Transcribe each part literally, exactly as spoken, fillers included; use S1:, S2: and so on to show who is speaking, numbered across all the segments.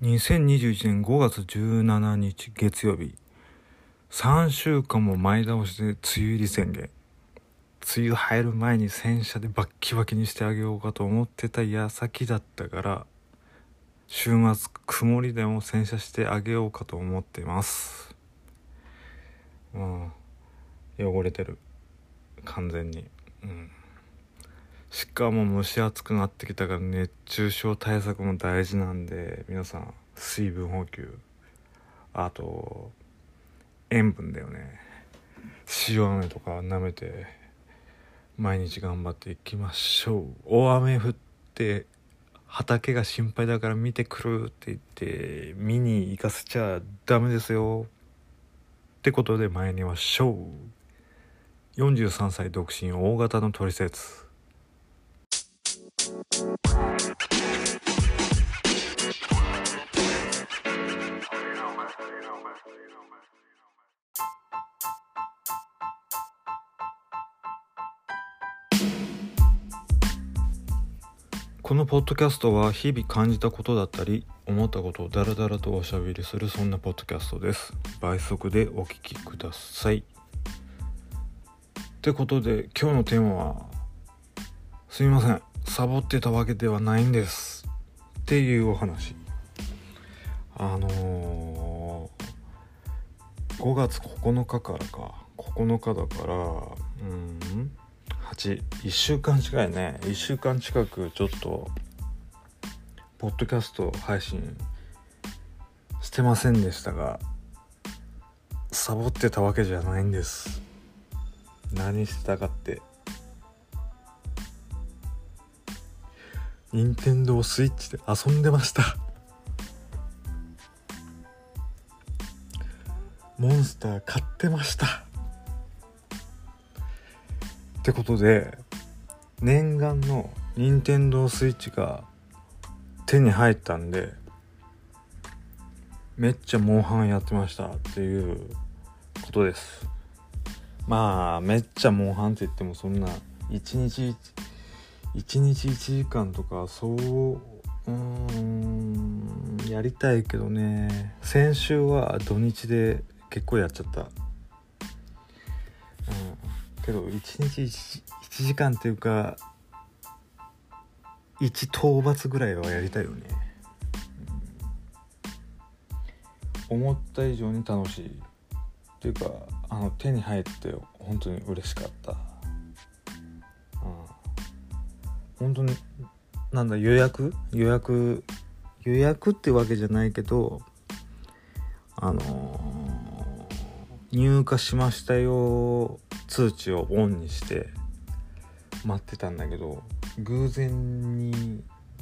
S1: にせんにじゅういちねんごがつじゅうしちにち月曜日、さんしゅうかんも前倒しで梅雨入り宣言。梅雨入る前に洗車でバッキバキにしてあげようかと思ってた矢先だったから、週末曇りでも洗車してあげようかと思ってます。うん、汚れてる完全に、うん、しかも蒸し暑くなってきたから熱中症対策も大事なんで、皆さん水分補給、あと塩分だよね、塩飴とか舐めて毎日頑張っていきましょう。大雨降って畑が心配だから見てくるって言って見に行かせちゃダメですよってことで参りましょう。よんじゅうさんさい独身大型のトリセツ。このポッドキャストは日々感じたことだったり思ったことをダラダラとおしゃべりする、そんなポッドキャストです。倍速でお聞きください。ってことで今日のテーマは、すみませんサボってたわけではないんですっていうお話。あのー、ごがつここのかからかここのかだからうんはち、いっしゅうかん近いね。いっしゅうかん近くちょっとポッドキャスト配信してませんでしたが、サボってたわけじゃないんです。何してたかって、任天堂スイッチで遊んでました。モンスター買ってましたってことで、念願の任天堂スイッチが手に入ったんで、めっちゃモンハンやってましたっていうことです。まあめっちゃモンハンって言ってもそんな一日一日いちじかんとかそううーんやりたいけどね。先週は土日で結構やっちゃった。うん、けど一日一時間っていうか一討伐ぐらいはやりたいよね。うん、思った以上に楽しいっていうか、あの手に入って本当に嬉しかった。うん、本当になんだ予約予約予約ってわけじゃないけど、あのー、入荷しましたよ通知をオンにして待ってたんだけど、偶然に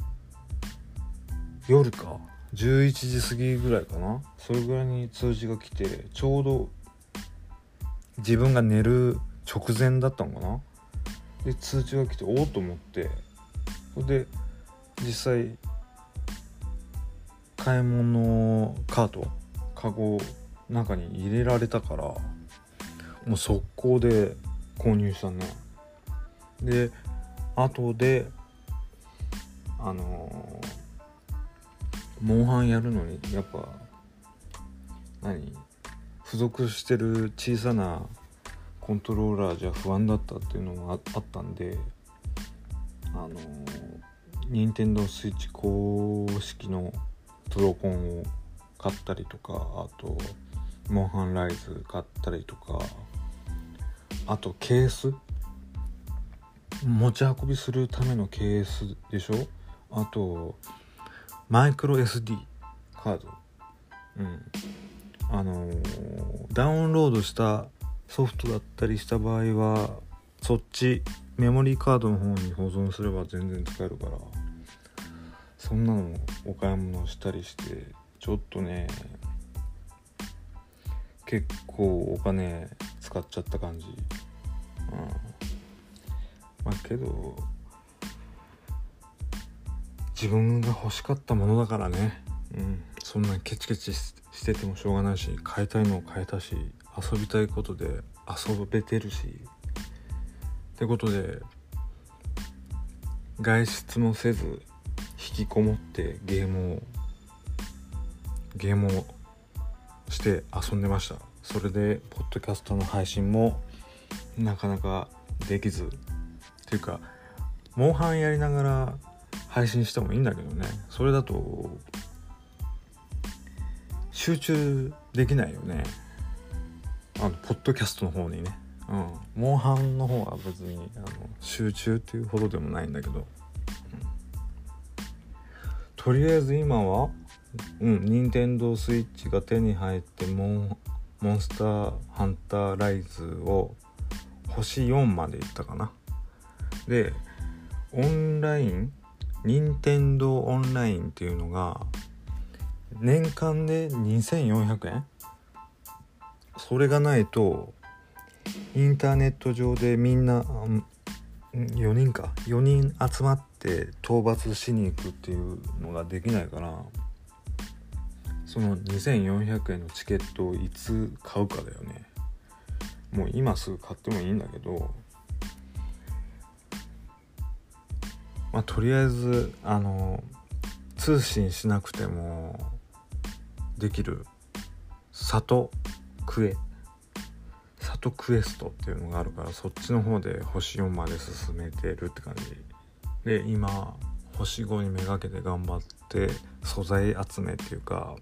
S1: 夜かじゅういちじ過ぎぐらいかな、それぐらいに通知が来て、ちょうど自分が寝る直前だったのかな。で通知が来ておおと思って、それで実際買い物カートカゴ中に入れられたから、もう速攻で購入したね。で後であのー、モンハンやるのにやっぱ何付属してる小さなコントローラーじゃ不安だったっていうのも あ, あったんで、あのー、任天堂スイッチ公式のプロコンを買ったりとか、あとモンハンライズ買ったりとか、あとケース持ち運びするためのケースでしょ、あとマイクロ エスディー カード、うんあのー、ダウンロードしたソフトだったりした場合はそっちメモリーカードの方に保存すれば全然使えるから、そんなのもお買い物したりして、ちょっとね結構お金使っちゃった感じ。うん、まあけど自分が欲しかったものだからね、うん、そんなケチケチしててもしょうがないし、買いたいのを買えたし、遊びたいことで遊べてるしってことで、外出もせず引きこもってゲームをゲームをして遊んでました。それでポッドキャストの配信もなかなかできずっていうか、モンハンやりながら配信してもいいんだけどね、それだと集中できないよね、あのポッドキャストの方にね。うん、モンハンの方は別にあの集中っていうほどでもないんだけど、うん、とりあえず今はうん任天堂スイッチが手に入ってモン、モンスターハンターライズを星よんまでいったかな。でオンライン任天堂オンラインっていうのが年間でにせんよんひゃくえん、それがないとインターネット上でみんなよにんかよにん集まって討伐しに行くっていうのができないから、そのにせんよんひゃくえんのチケットをいつ買うかだよね。もう今すぐ買ってもいいんだけど、まあとりあえずあの通信しなくてもできる里クエ里クエストっていうのがあるから、そっちの方で星よんまで進めてるって感じで、今星ごにめがけて頑張って素材集めっていうか、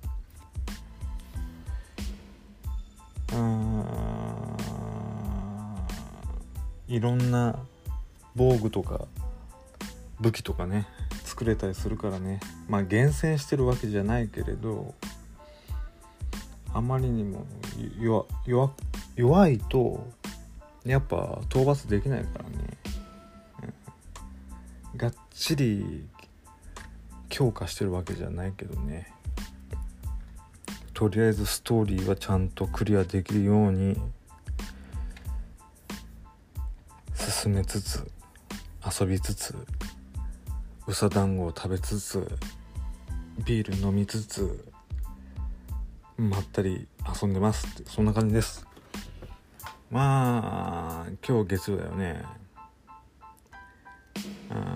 S1: うーんいろんな防具とか武器とかね作れたりするからね。まあ厳選してるわけじゃないけれど、あまりにも 弱, 弱, 弱いとやっぱ討伐できないからね、うん、がっちり強化してるわけじゃないけどね、とりあえずストーリーはちゃんとクリアできるように進めつつ遊びつつうさ団子を食べつつビール飲みつつまったり遊んでますって、そんな感じです。まあ今日月曜だよね。あ,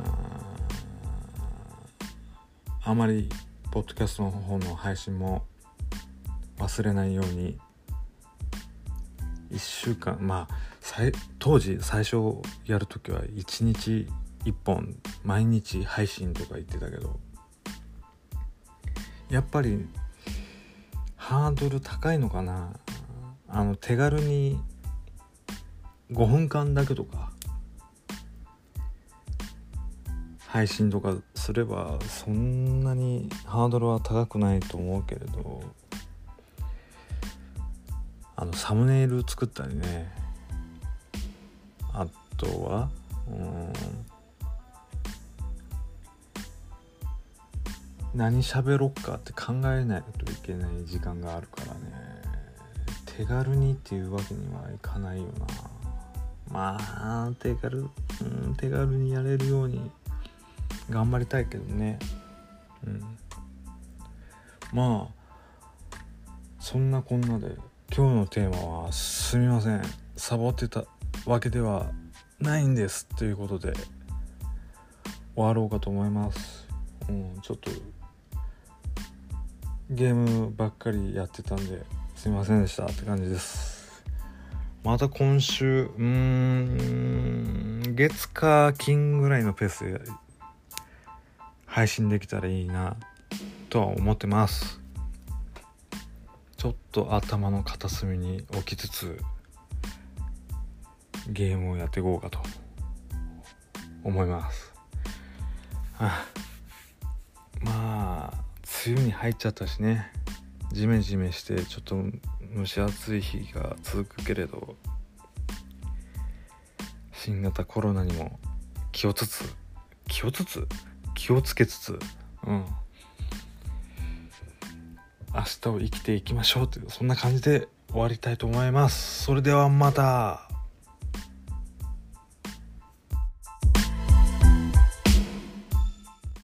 S1: あまりポッドキャストの方の配信も忘れないようにいっしゅうかん、まあ当時最初やるときはいちにちいっぽん毎日配信とか言ってたけど、やっぱりハードル高いのかな。あの手軽にごふんかんだけとか配信とかすればそんなにハードルは高くないと思うけれど、あのサムネイル作ったりね、あとはうーん何喋ろっかって考えないといけない時間があるからね、手軽にっていうわけにはいかないよな。まあ手軽、うん、手軽にやれるように頑張りたいけどね、うん、まあそんなこんなで今日のテーマはすみませんサボってたわけではないんですということで終わろうかと思います、うん、ちょっとゲームばっかりやってたんですいませんでしたって感じです。また今週うーん月か金ぐらいのペースで配信できたらいいなとは思ってます。ちょっと頭の片隅に置きつつゲームをやっていこうかと思います。あまあ梅雨に入っちゃったしね、ジメジメしてちょっと蒸し暑い日が続くけれど、新型コロナにも気をつつ気をつつ気をつけつつ、うん、明日を生きていきましょうというそんな感じで終わりたいと思います。それではまた。